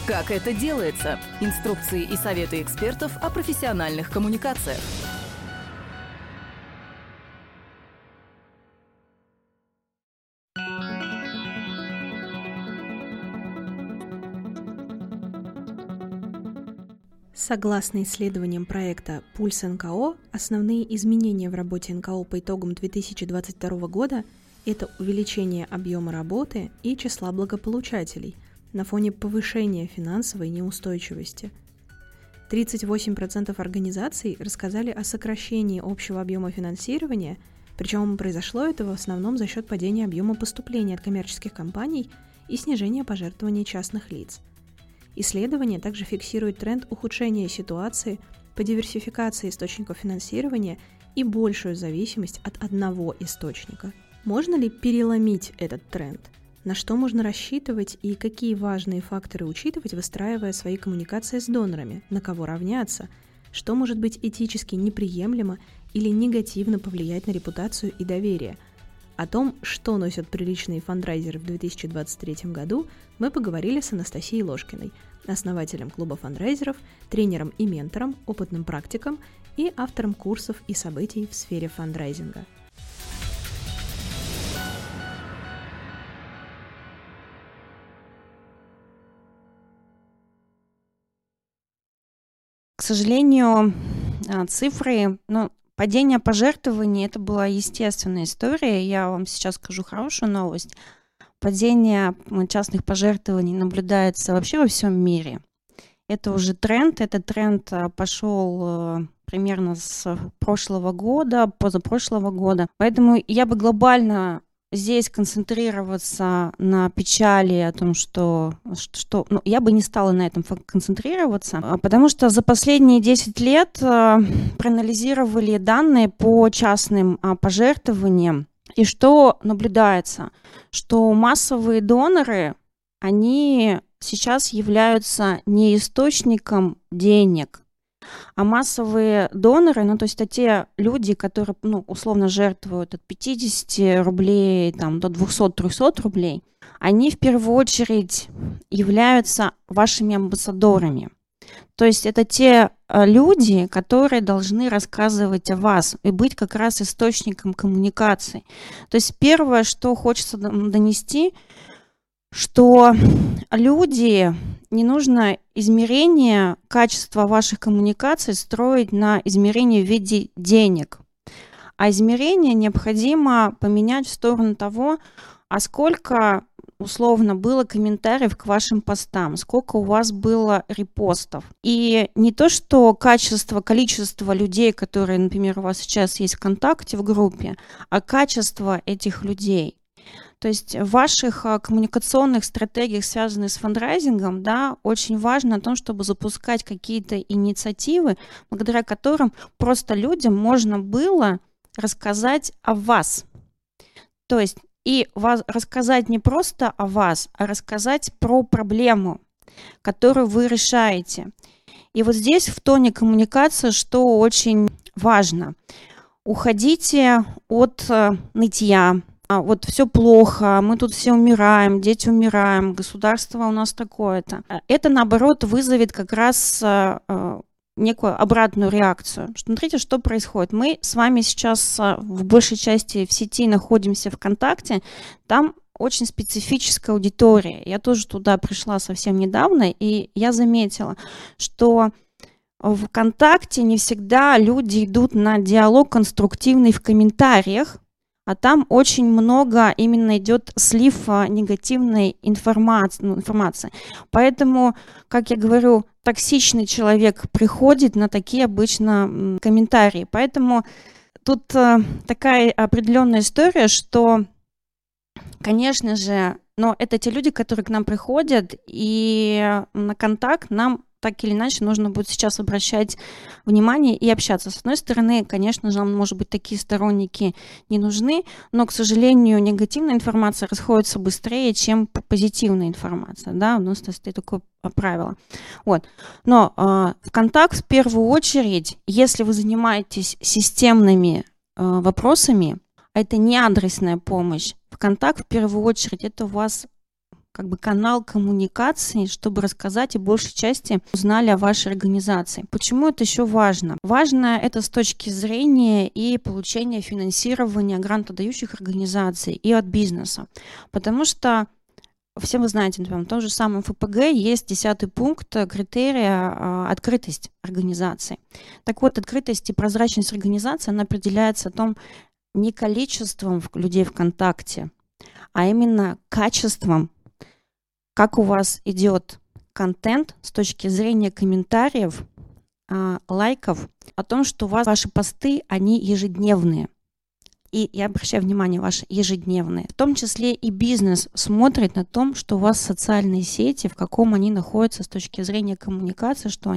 Как это делается? Инструкции и советы экспертов о профессиональных коммуникациях. Согласно исследованиям проекта «Пульс НКО», основные изменения в работе НКО по итогам 2022 года – это увеличение объема работы и числа благополучателей на фоне повышения финансовой неустойчивости. 38% организаций рассказали о сокращении общего объема финансирования, причем произошло это в основном за счет падения объема поступлений от коммерческих компаний и снижения пожертвований частных лиц. Исследование также фиксирует тренд ухудшения ситуации по диверсификации источников финансирования и большую зависимость от одного источника. Можно ли переломить этот тренд? На что можно рассчитывать и какие важные факторы учитывать, выстраивая свои коммуникации с донорами, на кого равняться, что может быть этически неприемлемо или негативно повлиять на репутацию и доверие? О том, что носят приличные фандрайзеры в 2023 году, мы поговорили с Анастасией Ложкиной, основателем клуба фандрайзеров, тренером и ментором, опытным практиком и автором курсов и событий в сфере фандрайзинга. К сожалению, цифры, падение пожертвований – это была естественная история. Я вам сейчас скажу хорошую новость. Падение частных пожертвований наблюдается вообще во всем мире. Это уже тренд. Этот тренд пошел примерно с прошлого года, позапрошлого года. Поэтому я бы глобально здесь концентрироваться на печали о том, что я бы не стала на этом концентрироваться, потому что за последние 10 лет проанализировали данные по частным пожертвованиям, и что наблюдается, что массовые доноры, они сейчас являются не источником денег, а массовые доноры, то есть это те люди, которые, условно жертвуют от 50 рублей до 200-300 рублей, они в первую очередь являются вашими амбассадорами. То есть это те люди, которые должны рассказывать о вас и быть как раз источником коммуникации. То есть первое, что хочется донести, что люди, не нужно измерение качества ваших коммуникаций строить на измерении в виде денег. А измерение необходимо поменять в сторону того, а сколько условно было комментариев к вашим постам, сколько у вас было репостов. И не то, что количество людей, которые, например, у вас сейчас есть ВКонтакте в группе, а качество этих людей. То есть в ваших коммуникационных стратегиях, связанных с фандрайзингом, очень важно о том, чтобы запускать какие-то инициативы, благодаря которым просто людям можно было рассказать о вас. То есть и рассказать не просто о вас, а рассказать про проблему, которую вы решаете. И вот здесь в тоне коммуникации, что очень важно. Уходите от нытья. Вот все плохо, мы тут все умираем, дети умираем, государство у нас такое-то. Это, наоборот, вызовет как раз некую обратную реакцию. Смотрите, что происходит. Мы с вами сейчас в большей части в сети находимся ВКонтакте, там очень специфическая аудитория. Я тоже туда пришла совсем недавно, и я заметила, что в ВКонтакте не всегда люди идут на диалог конструктивный в комментариях, а там очень много именно идет слив негативной информации. Поэтому, как я говорю, токсичный человек приходит на такие обычно комментарии. Поэтому тут такая определенная история, что, конечно же, но это те люди, которые к нам приходят, и на контакт нам так или иначе нужно будет сейчас обращать внимание и общаться. С одной стороны, конечно же, нам, может быть, такие сторонники не нужны, но, к сожалению, негативная информация расходится быстрее, чем позитивная информация. Да? У нас есть такое правило. Вот. Но ВКонтакт в первую очередь, если вы занимаетесь системными вопросами, это не адресная помощь. ВКонтакт в первую очередь это у вас как бы канал коммуникации, чтобы рассказать и большей части узнали о вашей организации. Почему это еще важно? Важно это с точки зрения и получения финансирования грантодающих организаций и от бизнеса. Потому что все вы знаете, например, в том же самом ФПГ есть 10-й пункт критерия открытость организации. Так вот, открытость и прозрачность организации, она определяется не количеством людей в контакте, а именно качеством, как у вас идет контент с точки зрения комментариев, лайков, о том, что у вас ваши посты, они ежедневные. И я обращаю внимание, ваши ежедневные. В том числе и бизнес смотрит на том, что у вас социальные сети, в каком они находятся с точки зрения коммуникации, что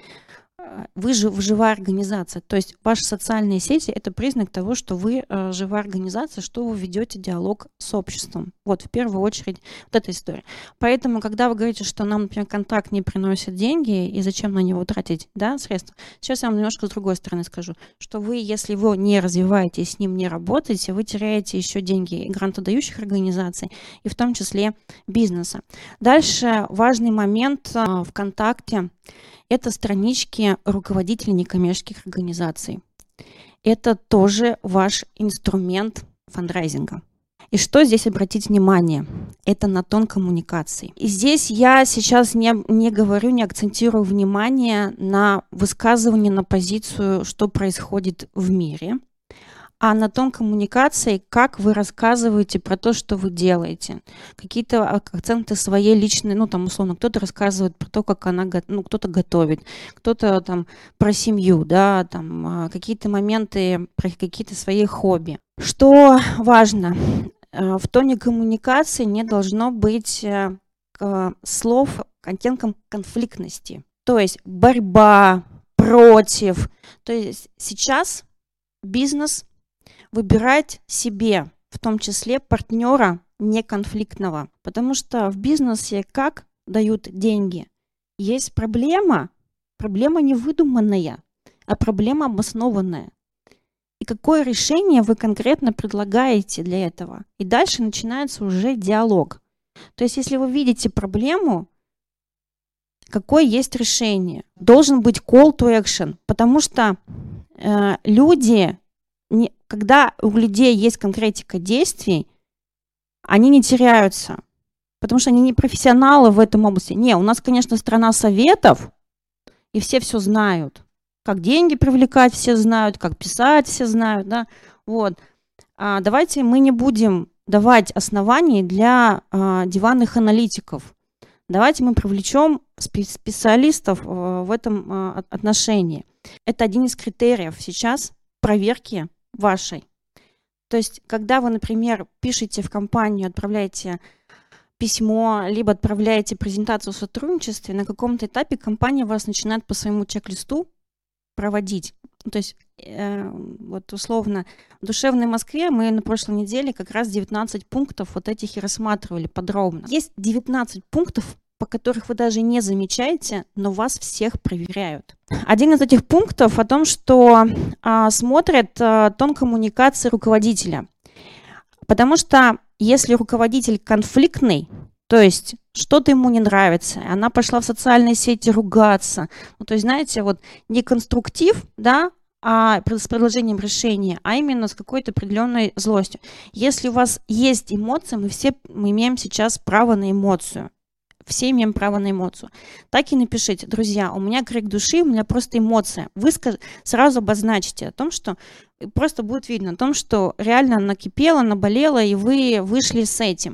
вы живая организация. То есть ваши социальные сети – это признак того, что вы живая организация, что вы ведете диалог с обществом. Вот в первую очередь вот эта история. Поэтому, когда вы говорите, что нам, например, контракт не приносит деньги, и зачем на него тратить средства, сейчас я вам немножко с другой стороны скажу, что вы, если вы не развиваете, с ним не работаете, вы теряете еще деньги грантодающих организаций, и в том числе бизнеса. Дальше важный момент ВКонтакте. Это странички руководителей некоммерческих организаций. Это тоже ваш инструмент фандрайзинга. И что здесь обратить внимание? Это на тон коммуникации. И здесь я сейчас не говорю, не акцентирую внимание на высказывание, на позицию, что происходит в мире, а на тон коммуникации, как вы рассказываете про то, что вы делаете. Какие-то акценты своей личной, условно, кто-то рассказывает про то, как кто-то готовит, кто-то там про семью, какие-то моменты, про какие-то свои хобби. Что важно? В тоне коммуникации не должно быть слов оттенком конфликтности. То есть борьба, против. То есть сейчас бизнес выбирать себе, в том числе партнера неконфликтного. Потому что в бизнесе как дают деньги? Есть проблема не выдуманная, а проблема обоснованная. И какое решение вы конкретно предлагаете для этого? И дальше начинается уже диалог. То есть если вы видите проблему, какое есть решение? Должен быть call to action, потому что когда у людей есть конкретика действий, они не теряются, потому что они не профессионалы в этом области. У нас, конечно, страна советов, и все знают. Как деньги привлекать все знают, как писать все знают. Давайте мы не будем давать оснований для диванных аналитиков. Давайте мы привлечем специалистов в этом отношении. Это один из критериев сейчас проверки вашей. То есть, когда вы, например, пишете в компанию, отправляете письмо, либо отправляете презентацию о сотрудничестве, на каком-то этапе компания вас начинает по своему чек-листу проводить. То есть, условно, в душевной Москве мы на прошлой неделе как раз 19 пунктов вот этих и рассматривали подробно. Есть 19 пунктов, по которых вы даже не замечаете, но вас всех проверяют. Один из этих пунктов о том, что смотрят тон коммуникации руководителя. Потому что если руководитель конфликтный, то есть что-то ему не нравится, она пошла в социальные сети ругаться, то есть, знаете, не конструктив, с предложением решения, а именно с какой-то определенной злостью. Если у вас есть эмоции, мы имеем сейчас право на эмоцию. Все имеем право на эмоцию. Так и напишите: друзья, у меня крик души, у меня просто эмоция. Вы сразу обозначите о том, что просто будет видно, о том, что реально накипело, наболело, и вы вышли с этим.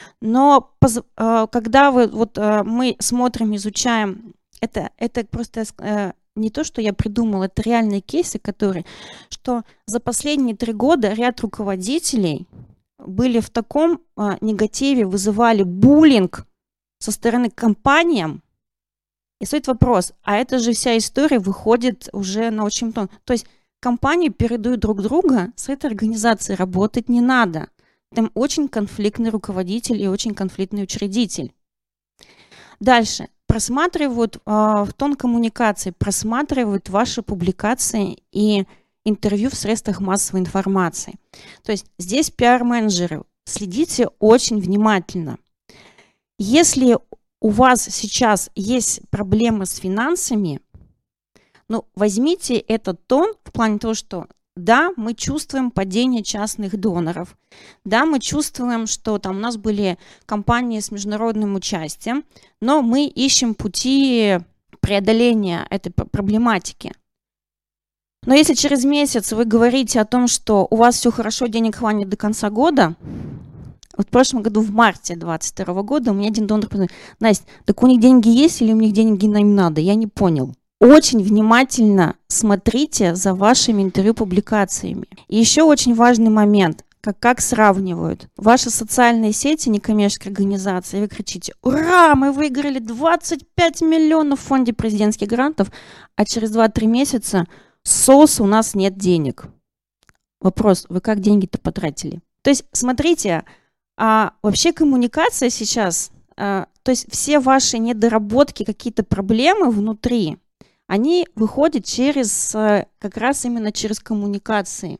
Но когда мы смотрим, изучаем, это просто не то, что я придумала, это реальные кейсы, что за последние 3 года ряд руководителей были в таком негативе, вызывали буллинг со стороны компаниям. И стоит вопрос, а это же вся история выходит уже на очень тон. То есть компании передают друг друга, с этой организацией работать не надо. Там очень конфликтный руководитель и очень конфликтный учредитель. Дальше. Просматривают в тон коммуникации, просматривают ваши публикации и интервью в средствах массовой информации. То есть здесь пиар-менеджеры, следите очень внимательно. Если у вас сейчас есть проблемы с финансами, ну, возьмите этот тон в плане того, что да, мы чувствуем падение частных доноров, да, мы чувствуем, что там у нас были компании с международным участием, но мы ищем пути преодоления этой проблематики. Но если через месяц вы говорите о том, что у вас все хорошо, денег хватит до конца года, вот в прошлом году, в марте 2022 года, у меня один донор сказал: Настя, так у них деньги есть или у них деньги им надо? Я не понял. Очень внимательно смотрите за вашими интервью-публикациями. И еще очень важный момент, как сравнивают ваши социальные сети, некоммерческие организации. Вы кричите: ура, мы выиграли 25 миллионов в фонде президентских грантов, а через 2-3 месяца СОС, у нас нет денег. Вопрос: вы как деньги-то потратили? То есть, смотрите, вообще коммуникация сейчас, то есть все ваши недоработки, какие-то проблемы внутри, они выходят как раз именно через коммуникации.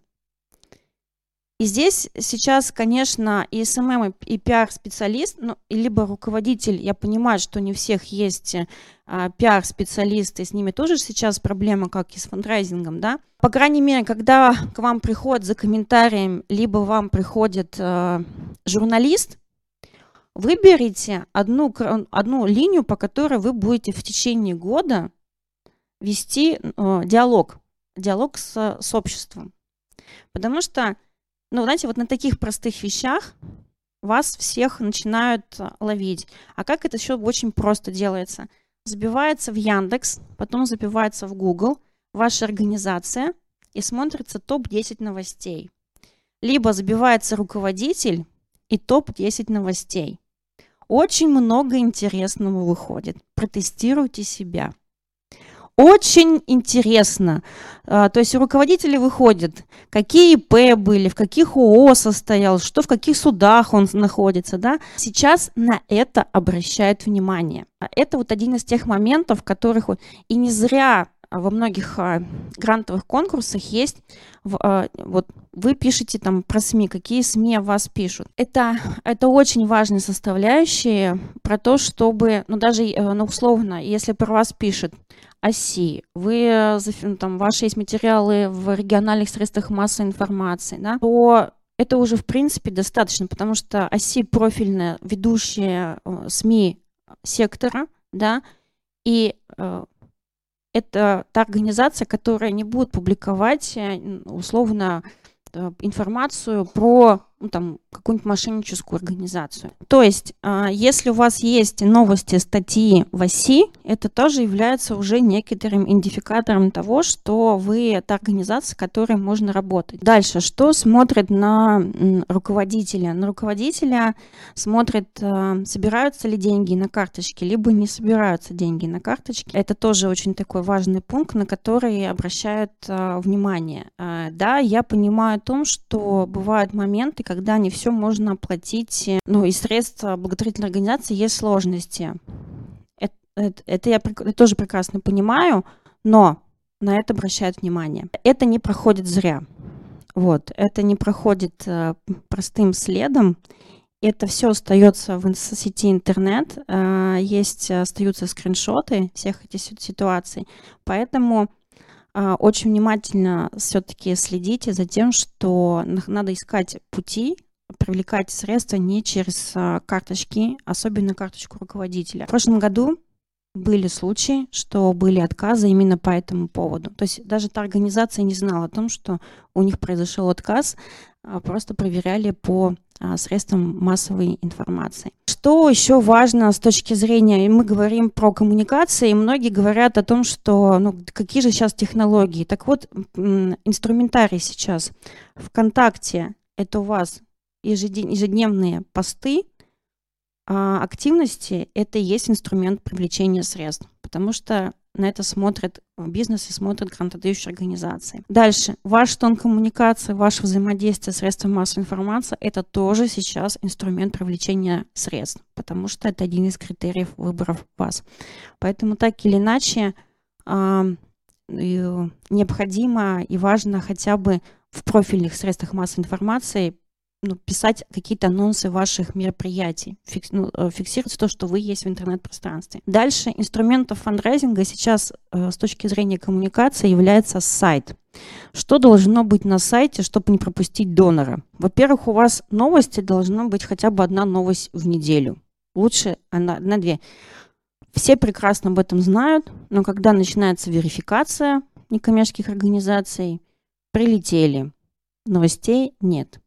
И здесь сейчас, конечно, и СММ, и пиар-специалист, ну, либо руководитель, я понимаю, что не у всех есть пиар-специалисты, с ними тоже сейчас проблема, как и с фандрайзингом, да. По крайней мере, когда к вам приходит за комментарием, либо вам приходит журналист, выберите одну линию, по которой вы будете в течение года вести диалог с обществом. Потому что, ну, знаете, вот на таких простых вещах вас всех начинают ловить. А как это еще очень просто делается? Забивается в Яндекс, потом забивается в Google ваша организация и смотрится топ-10 новостей. Либо забивается руководитель и топ-10 новостей. Очень много интересного выходит. Протестируйте себя. Очень интересно. То есть у руководителей выходит, какие ИП были, в каких ООО состоял, что в каких судах он находится. Да? Сейчас на это обращают внимание. Это вот один из тех моментов, которых... И не зря во многих грантовых конкурсах есть... Вот вы пишете там про СМИ, какие СМИ о вас пишут. Это очень важная составляющая про то, чтобы... Ну даже условно, если про вас пишет ОСИ, ваши есть материалы в региональных средствах массовой информации, да, то это уже в принципе достаточно, потому что ОСИ профильная, ведущая СМИ сектора, да, и это та организация, которая не будет публиковать условно информацию про какую-нибудь мошенническую организацию. То есть, если у вас есть новости, статьи в ОСИ, это тоже является уже некоторым идентификатором того, что вы та организация, с которой можно работать. Дальше, что смотрят на руководителя? На руководителя смотрят, собираются ли деньги на карточке, либо не собираются деньги на карточке. Это тоже очень такой важный пункт, на который обращают внимание. Да, я понимаю о том, что бывают моменты, когда не все можно оплатить, из средств благотворительной организации есть сложности. Это я тоже прекрасно понимаю, но на это обращают внимание. Это не проходит зря. Вот, это не проходит простым следом. Это все остается в сети интернет, остаются скриншоты всех этих ситуаций. Поэтому очень внимательно все-таки следите за тем, что надо искать пути, привлекать средства не через карточки, особенно карточку руководителя. В прошлом году были случаи, что были отказы именно по этому поводу. То есть даже та организация не знала о том, что у них произошел отказ, просто проверяли по средствам массовой информации. Что еще важно с точки зрения, и мы говорим про коммуникации, и многие говорят о том, что какие же сейчас технологии. Так вот, инструментарий сейчас. ВКонтакте это у вас ежедневные посты, активности, это и есть инструмент привлечения средств, потому что на это смотрят бизнес и смотрят грантодающие организации. Дальше. Ваш тон коммуникации, ваше взаимодействие с средством массовой информации – это тоже сейчас инструмент привлечения средств, потому что это один из критериев выбора вас. Поэтому так или иначе необходимо и важно хотя бы в профильных средствах массовой информации писать какие-то анонсы ваших мероприятий, фиксировать то, что вы есть в интернет-пространстве. Дальше инструментов фандрайзинга сейчас с точки зрения коммуникации является сайт. Что должно быть на сайте, чтобы не пропустить донора? Во-первых, у вас новости должна быть хотя бы одна новость в неделю. Лучше одна-две. Все прекрасно об этом знают, но когда начинается верификация некоммерческих организаций, прилетели, новостей нет.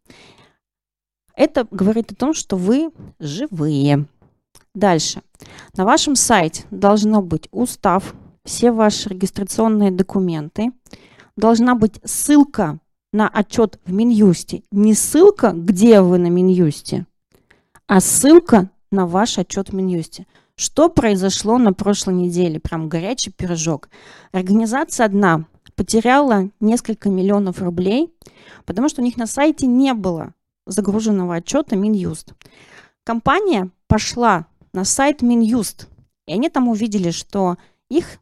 Это говорит о том, что вы живые. Дальше. На вашем сайте должно быть устав, все ваши регистрационные документы, должна быть ссылка на отчет в Минюсте. Не ссылка, где вы на Минюсте, а ссылка на ваш отчет в Минюсте. Что произошло на прошлой неделе? Прям горячий пирожок. Организация одна потеряла несколько миллионов рублей, потому что у них на сайте не было загруженного отчета Минюст. Компания пошла на сайт Минюст, и они там увидели, что их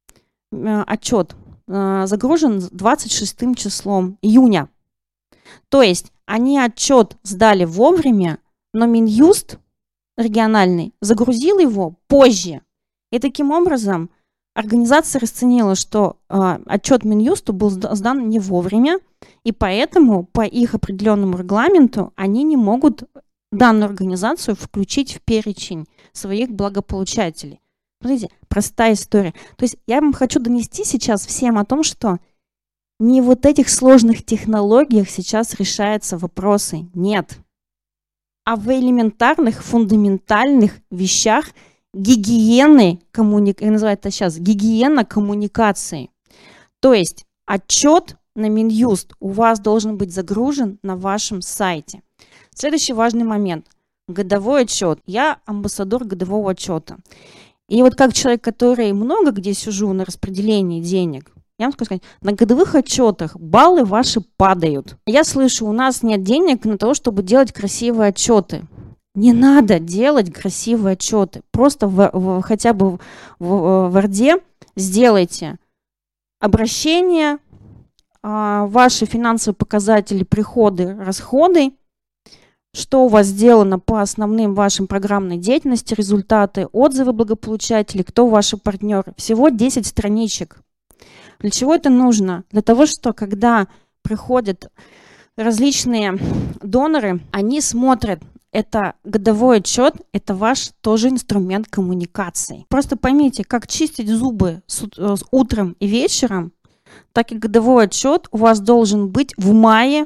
отчет загружен 26 числом июня. То есть они отчет сдали вовремя, но Минюст региональный загрузил его позже. И таким образом организация расценила, что отчет Минюсту был сдан не вовремя, и поэтому по их определенному регламенту они не могут данную организацию включить в перечень своих благополучателей. Смотрите, простая история. То есть я вам хочу донести сейчас всем о том, что не вот этих сложных технологиях сейчас решаются вопросы. Нет. А в элементарных, фундаментальных вещах гигиены, называют это сейчас гигиена коммуникации. То есть отчет на Минюст у вас должен быть загружен на вашем сайте. Следующий важный момент. Годовой отчет. Я амбассадор годового отчета. И вот как человек, который много где сижу на распределении денег, я вам хочу сказать, на годовых отчетах баллы ваши падают. Я слышу, у нас нет денег на то, чтобы делать красивые отчеты. Не надо делать красивые отчеты. Просто хотя бы в Word сделайте обращение, ваши финансовые показатели, приходы, расходы, что у вас сделано по основным вашим программной деятельности, результаты, отзывы благополучателей, кто ваши партнеры. Всего 10 страничек. Для чего это нужно? Для того, что когда приходят различные доноры, они смотрят, это годовой отчет, это ваш тоже инструмент коммуникации. Просто поймите, как чистить зубы с утром и вечером, так и годовой отчет у вас должен быть в мае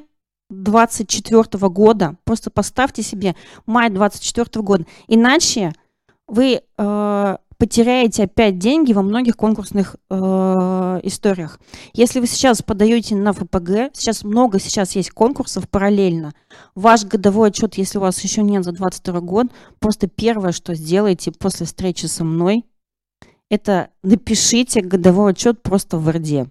2024 года. Просто поставьте себе май 2024 года. Иначе вы потеряете опять деньги во многих конкурсных историях. Если вы сейчас подаете на ФПГ, сейчас есть конкурсов параллельно. Ваш годовой отчет, если у вас еще нет за 2022 год, просто первое, что сделаете после встречи со мной, это напишите годовой отчет просто в Word.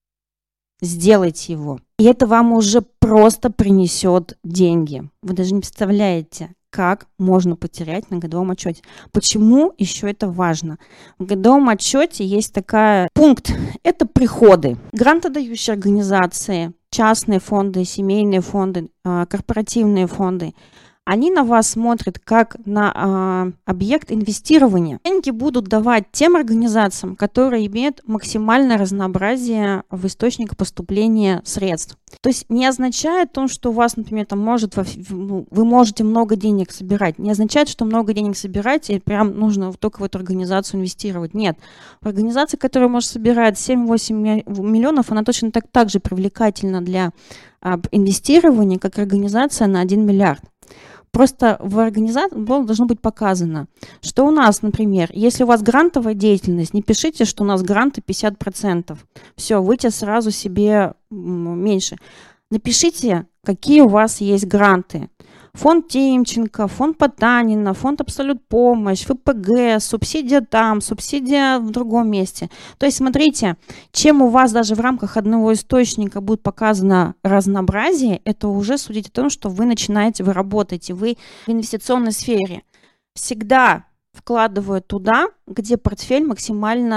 Сделайте его. И это вам уже просто принесет деньги. Вы даже не представляете, как можно потерять на годовом отчете. Почему еще это важно? В годовом отчете есть такой пункт. Это приходы. Грантодающие организации, частные фонды, семейные фонды, корпоративные фонды, они на вас смотрят как на объект инвестирования. Деньги будут давать тем организациям, которые имеют максимальное разнообразие в источниках поступления средств. То есть не означает то, что у вас, например, там вы можете много денег собирать. Не означает, что много денег собирать и прям нужно только в эту организацию инвестировать. Нет. Организация, которая может собирать 7-8 миллионов, она точно так же привлекательна для инвестирования, как организация на 1 миллиард. Просто в организации должно быть показано, что у нас, например, если у вас грантовая деятельность, не пишите, что у нас гранты 50%. Все, выйти сразу себе меньше. Напишите, какие у вас есть гранты. Фонд Тимченко, фонд Потанина, фонд Абсолют Помощь, ФПГ, субсидия там, субсидия в другом месте. То есть смотрите, чем у вас даже в рамках одного источника будет показано разнообразие, это уже судить о том, что вы работаете, вы в инвестиционной сфере. Всегда вкладываю туда, где портфель максимально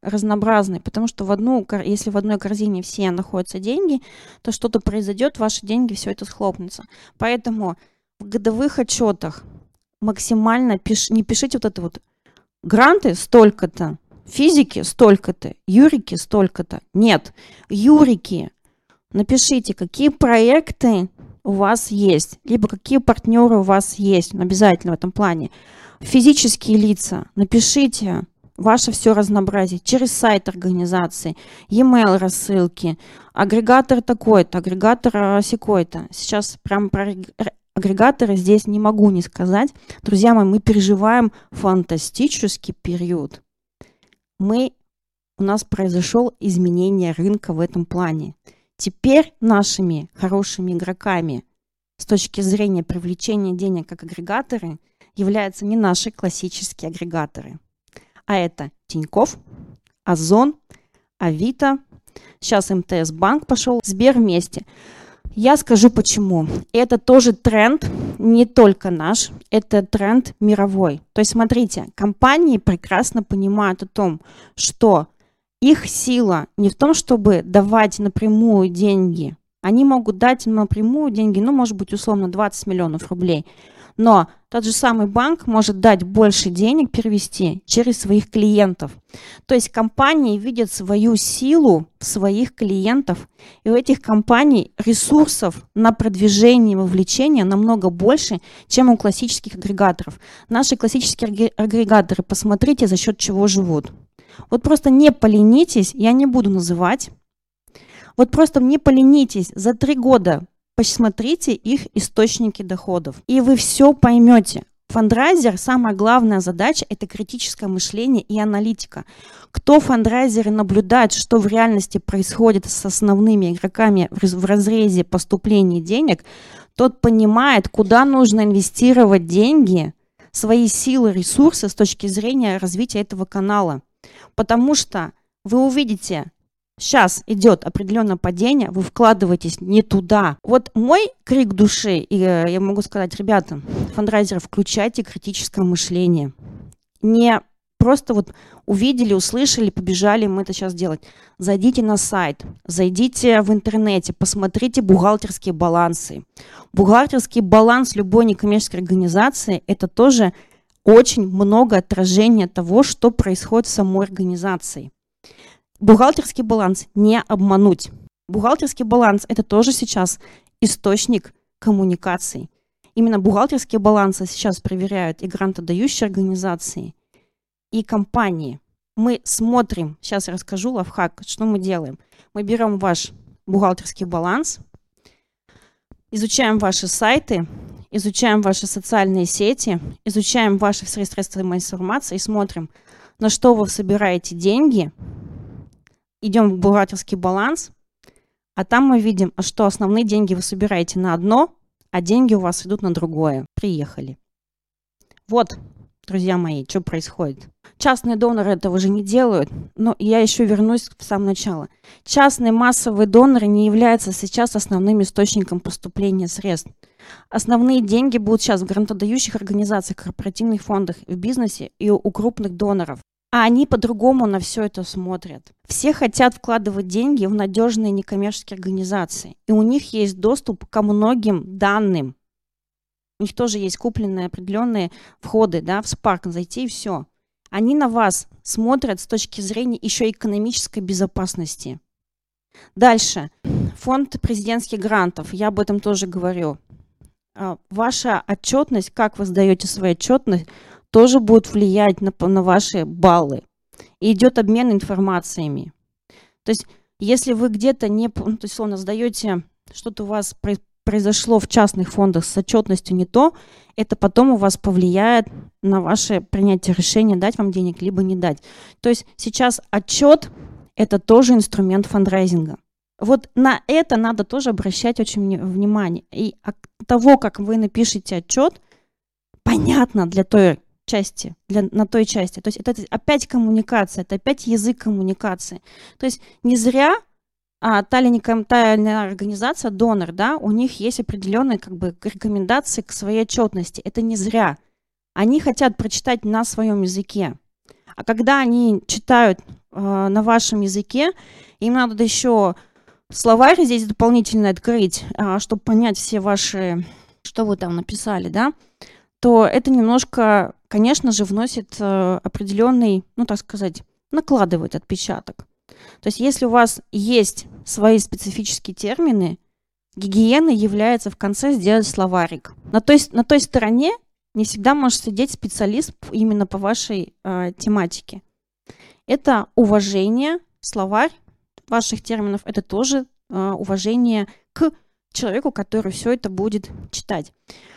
разнообразный, потому что если в одной корзине все находятся деньги, то что-то произойдет, ваши деньги, все это схлопнется. Поэтому в годовых отчетах максимально не пишите вот это вот гранты столько-то, физики столько-то, юрики столько-то. Нет, юрики, напишите, какие проекты у вас есть, либо какие партнеры у вас есть, обязательно в этом плане. Физические лица, напишите ваше все разнообразие через сайт организации, e-mail рассылки, агрегатор такой-то, агрегатор сякой-то. Сейчас прям про агрегаторы здесь не могу не сказать. Друзья мои, мы переживаем фантастический период. У нас произошло изменение рынка в этом плане. Теперь нашими хорошими игроками с точки зрения привлечения денег как агрегаторы являются не наши классические агрегаторы, а это Тинькофф, Озон, Авито, сейчас МТС Банк пошел, Сбер вместе. Я скажу почему. Это тоже тренд, не только наш, это тренд мировой. То есть смотрите, компании прекрасно понимают о том, что их сила не в том, чтобы давать напрямую деньги. Они могут дать напрямую деньги, может быть, условно 20 миллионов рублей. Но тот же самый банк может дать больше денег, перевести через своих клиентов. То есть компании видят свою силу в своих клиентов, и у этих компаний ресурсов на продвижение и вовлечение намного больше, чем у классических агрегаторов. Наши классические агрегаторы, посмотрите, за счет чего живут. Вот просто не поленитесь, я не буду называть, вот просто не поленитесь за 3 года. Посмотрите их источники доходов, и вы все поймете. Фандрайзер, самая главная задача – это критическое мышление и аналитика. Кто фандрайзеры наблюдает, что в реальности происходит с основными игроками в разрезе поступления денег, тот понимает, куда нужно инвестировать деньги, свои силы, ресурсы с точки зрения развития этого канала. Потому что вы увидите, сейчас идет определенное падение, вы вкладываетесь не туда. Вот мой крик души, и я могу сказать, ребята, фандрайзеры, включайте критическое мышление. Не просто вот увидели, услышали, побежали мы это сейчас делать. Зайдите на сайт, зайдите в интернете, посмотрите бухгалтерские балансы. Бухгалтерский баланс любой некоммерческой организации – это тоже очень много отражения того, что происходит в самой организации. Бухгалтерский баланс не обмануть. Бухгалтерский баланс – это тоже сейчас источник коммуникаций. Именно бухгалтерские балансы сейчас проверяют и грантодающие организации, и компании. Мы смотрим, сейчас я расскажу лайфхак, что мы делаем. Мы берем ваш бухгалтерский баланс, изучаем ваши сайты, изучаем ваши социальные сети, изучаем ваши средства информации и смотрим, на что вы собираете деньги. Идем в бухгалтерский баланс, а там мы видим, что основные деньги вы собираете на одно, а деньги у вас идут на другое. Приехали. Вот, друзья мои, что происходит. Частные доноры этого же не делают, но я еще вернусь в самое начало. Частные массовые доноры не являются сейчас основным источником поступления средств. Основные деньги будут сейчас в грантодающих организациях, корпоративных фондах, в бизнесе и у крупных доноров. А они по-другому на все это смотрят. Все хотят вкладывать деньги в надежные некоммерческие организации. И у них есть доступ ко многим данным. У них тоже есть купленные определенные входы, да, в Spark, зайти и все. Они на вас смотрят с точки зрения еще экономической безопасности. Дальше. Фонд президентских грантов. Я об этом тоже говорю. Ваша отчетность, как вы сдаете свою отчетность, тоже будет влиять на ваши баллы. И идет обмен информациями. То есть, если вы где-то не, то есть, условно, сдаете, что-то у вас произошло в частных фондах с отчетностью не то, это потом у вас повлияет на ваше принятие решения, дать вам денег, либо не дать. То есть, сейчас отчет – это тоже инструмент фандрайзинга. Вот на это надо тоже обращать очень внимание. И от того, как вы напишете отчет, понятно для той части, на той части. То есть это опять коммуникация, это опять язык коммуникации. То есть не зря тайная организация, донор, да, у них есть определенные рекомендации к своей отчетности. Это не зря. Они хотят прочитать на своем языке. А когда они читают на вашем языке, им надо еще словарь здесь дополнительно открыть, чтобы понять все ваши, что вы там написали, да, то это немножко, конечно же, вносит определенный, ну, так сказать, накладывает отпечаток. То есть если у вас есть свои специфические термины, гигиеной является в конце сделать словарик. На той стороне не всегда может сидеть специалист именно по вашей тематике. Это уважение, словарь ваших терминов, это тоже уважение к человеку, который все это будет читать.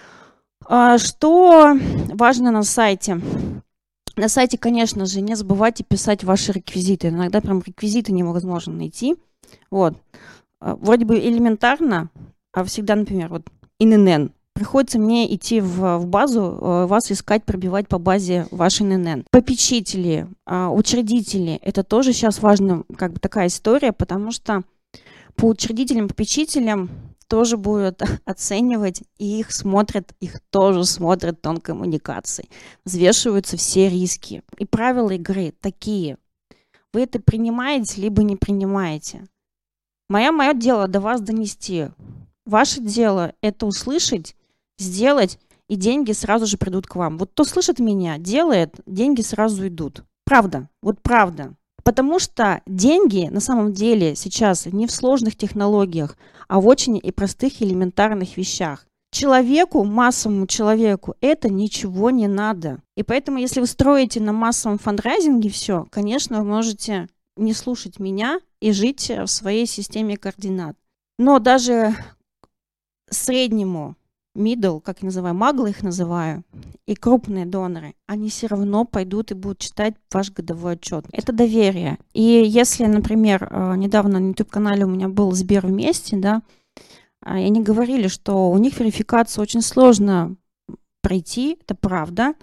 Что важно на сайте? На сайте, конечно же, не забывайте писать ваши реквизиты. Иногда прям реквизиты невозможно найти. Вот. Вроде бы элементарно, а всегда, например, вот ИНН. Приходится мне идти в базу, вас искать, пробивать по базе ваш ИНН. Попечители, учредители, это тоже сейчас важная как бы такая история, потому что по учредителям, попечителям тоже будут оценивать, и их тоже смотрят тонкоммуникации. Взвешиваются все риски. И правила игры такие. Вы это принимаете, либо не принимаете. Мое дело до вас донести. Ваше дело это услышать, сделать, и деньги сразу же придут к вам. Вот кто слышит меня, делает, деньги сразу идут. Правда, вот правда. Потому что деньги на самом деле сейчас не в сложных технологиях, а в очень и простых элементарных вещах. Человеку, массовому человеку, это ничего не надо. И поэтому, если вы строите на массовом фандрайзинге все, конечно, вы можете не слушать меня и жить в своей системе координат. Но даже среднему, middle, как я называю, маглы их называю, и крупные доноры, они все равно пойдут и будут читать ваш годовой отчет. Это доверие. И если, например, недавно на YouTube-канале у меня был Сбер вместе, да, и они говорили, что у них верификацию очень сложно пройти, это правда,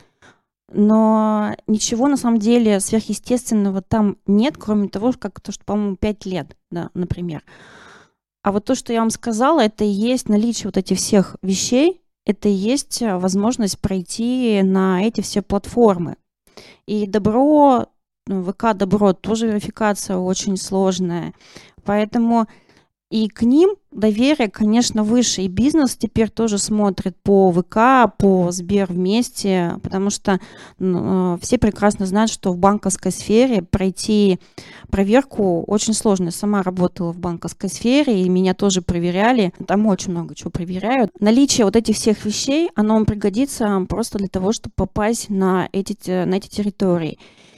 но ничего на самом деле сверхъестественного там нет, кроме того, как то, что, по-моему, 5 лет, да, например. А вот то, что я вам сказала, это и есть наличие вот этих всех вещей, это и есть возможность пройти на эти все платформы. И Добро, ВК Добро, тоже верификация очень сложная. Поэтому и к ним доверие, конечно, выше. И бизнес теперь тоже смотрит по ВК, по Сбер вместе, потому что все прекрасно знают, что в банковской сфере пройти проверку очень сложно. Я сама работала в банковской сфере, и меня тоже проверяли. Там очень много чего проверяют. Наличие вот этих всех вещей, оно вам пригодится просто для того, чтобы попасть на эти территории.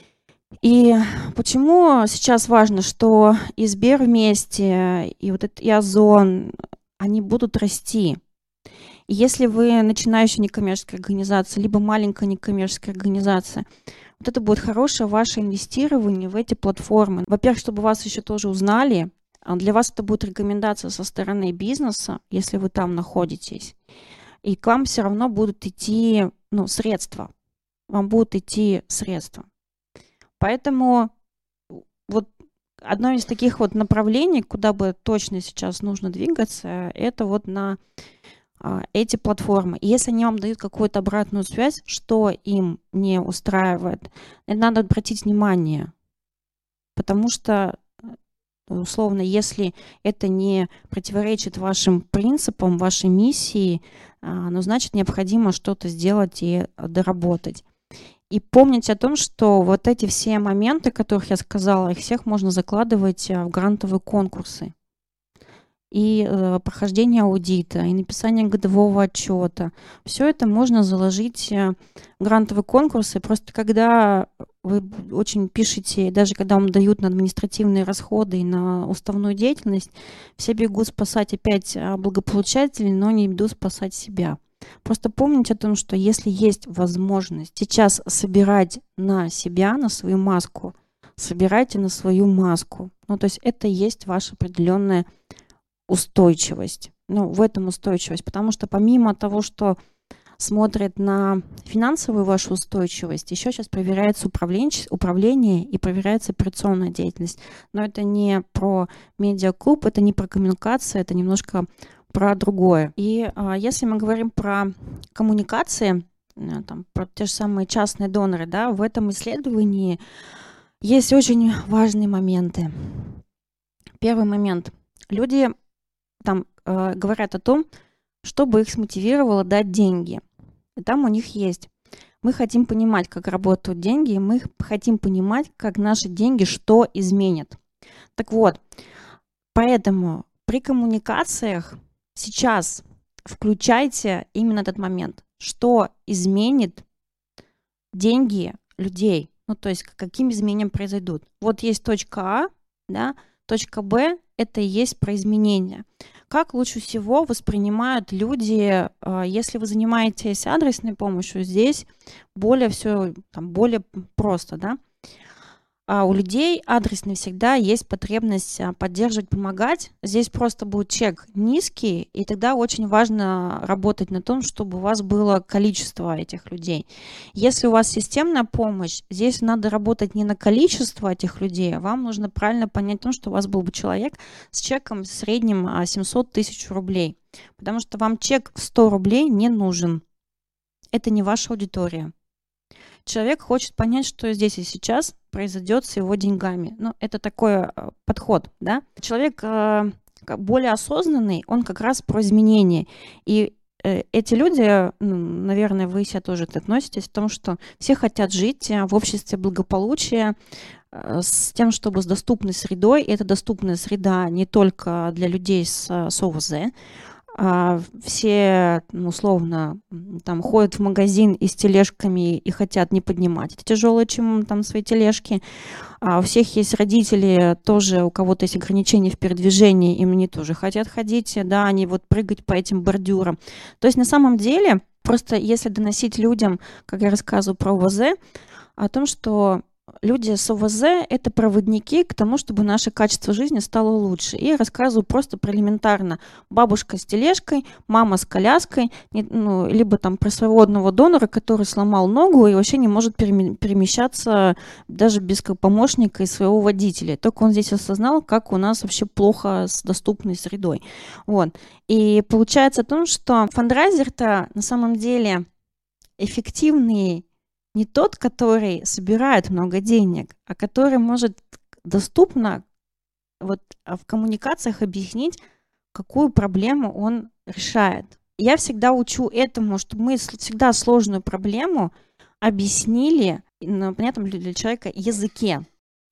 И почему сейчас важно, что и Сбер вместе, и вот этот и Озон, они будут расти. И если вы начинающая некоммерческая организация, либо маленькая некоммерческая организация, вот это будет хорошее ваше инвестирование в эти платформы. Во-первых, чтобы вас еще тоже узнали, для вас это будет рекомендация со стороны бизнеса, если вы там находитесь. И к вам все равно будут идти средства. Вам будут идти средства. Поэтому вот одно из таких вот направлений, куда бы точно сейчас нужно двигаться, это вот на эти платформы. И если они вам дают какую-то обратную связь, что им не устраивает, это надо обратить внимание. Потому что, условно, если это не противоречит вашим принципам, вашей миссии, значит, необходимо что-то сделать и доработать. И помните о том, что вот эти все моменты, о которых я сказала, их всех можно закладывать в грантовые конкурсы. И прохождение аудита, и написание годового отчета. Все это можно заложить в грантовые конкурсы. Просто когда вы очень пишете, даже когда вам дают на административные расходы и на уставную деятельность, все бегут спасать опять благополучателей, но не идут спасать себя. Просто помните о том, что если есть возможность сейчас собирать на себя, на свою маску, собирайте на свою маску. То есть это и есть ваша определенная устойчивость. В этом устойчивость. Потому что помимо того, что смотрят на финансовую вашу устойчивость, еще сейчас проверяется управление и проверяется операционная деятельность. Но это не про медиаклуб, это не про коммуникацию, это немножко про другое. И если мы говорим про коммуникации, про те же самые частные доноры, да, в этом исследовании Есть очень важные моменты. Первый момент. Люди там говорят о том, чтобы их смотивировало дать деньги. И там у них есть. Мы хотим понимать, как работают деньги, и мы хотим понимать, как наши деньги что изменят. Так вот, поэтому при коммуникациях сейчас включайте именно этот момент, что изменит деньги людей, ну то есть каким изменениям произойдут. Вот есть точка А, да, точка Б – это и есть про изменения. Как лучше всего воспринимают люди, если вы занимаетесь адресной помощью, здесь более все, там, более просто, да. А у людей адресной всегда есть потребность поддерживать, помогать. Здесь просто будет чек низкий, и тогда очень важно работать на том, чтобы у вас было количество этих людей. Если у вас системная помощь, здесь надо работать не на количество этих людей, а вам нужно правильно понять то, что у вас был бы человек с чеком в среднем 700 тысяч рублей, потому что вам чек в 100 рублей не нужен. Это не ваша аудитория. Человек хочет понять, что здесь и сейчас произойдет с его деньгами. Ну, это такой подход, да. Человек более осознанный, он как раз про изменения. И эти люди, наверное, вы себя тоже относитесь, в том, что все хотят жить в обществе благополучия, с тем, чтобы с доступной средой. И эта доступная среда не только для людей с ОВЗ. Все, условно, там ходят в магазин и с тележками и хотят не поднимать эти тяжелые, чем там свои тележки. У всех есть родители, тоже у кого-то есть ограничения в передвижении, им они тоже хотят ходить, да, они вот прыгать по этим бордюрам. То есть на самом деле, просто если доносить людям, как я рассказываю про ОВЗ, о том, что люди с ОВЗ – это проводники к тому, чтобы наше качество жизни стало лучше. И рассказываю просто про элементарно. Бабушка с тележкой, мама с коляской, либо там про своего одного донора, который сломал ногу и вообще не может перемещаться даже без помощника и своего водителя. Только он здесь осознал, как у нас вообще плохо с доступной средой. Вот. И получается о том, что фандрайзер-то на самом деле эффективный не тот, который собирает много денег, а который может доступно вот в коммуникациях объяснить, какую проблему он решает. Я всегда учу этому, чтобы мы всегда сложную проблему объяснили на понятном для человека языке.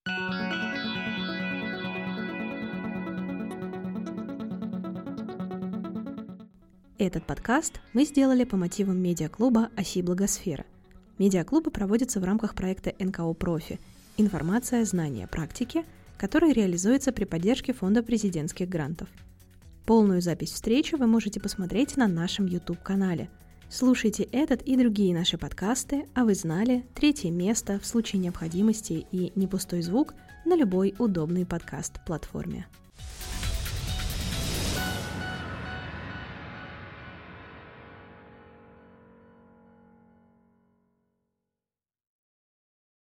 Этот подкаст мы сделали по мотивам медиаклуба «Оси Благосфера». Медиаклубы проводятся в рамках проекта НКО «Профи» «Информация, знания, практики», который реализуется при поддержке Фонда президентских грантов. Полную запись встречи вы можете посмотреть на нашем YouTube-канале. Слушайте этот и другие наши подкасты, а вы знали, 3 место в случае необходимости и не пустой звук на любой удобной подкаст-платформе.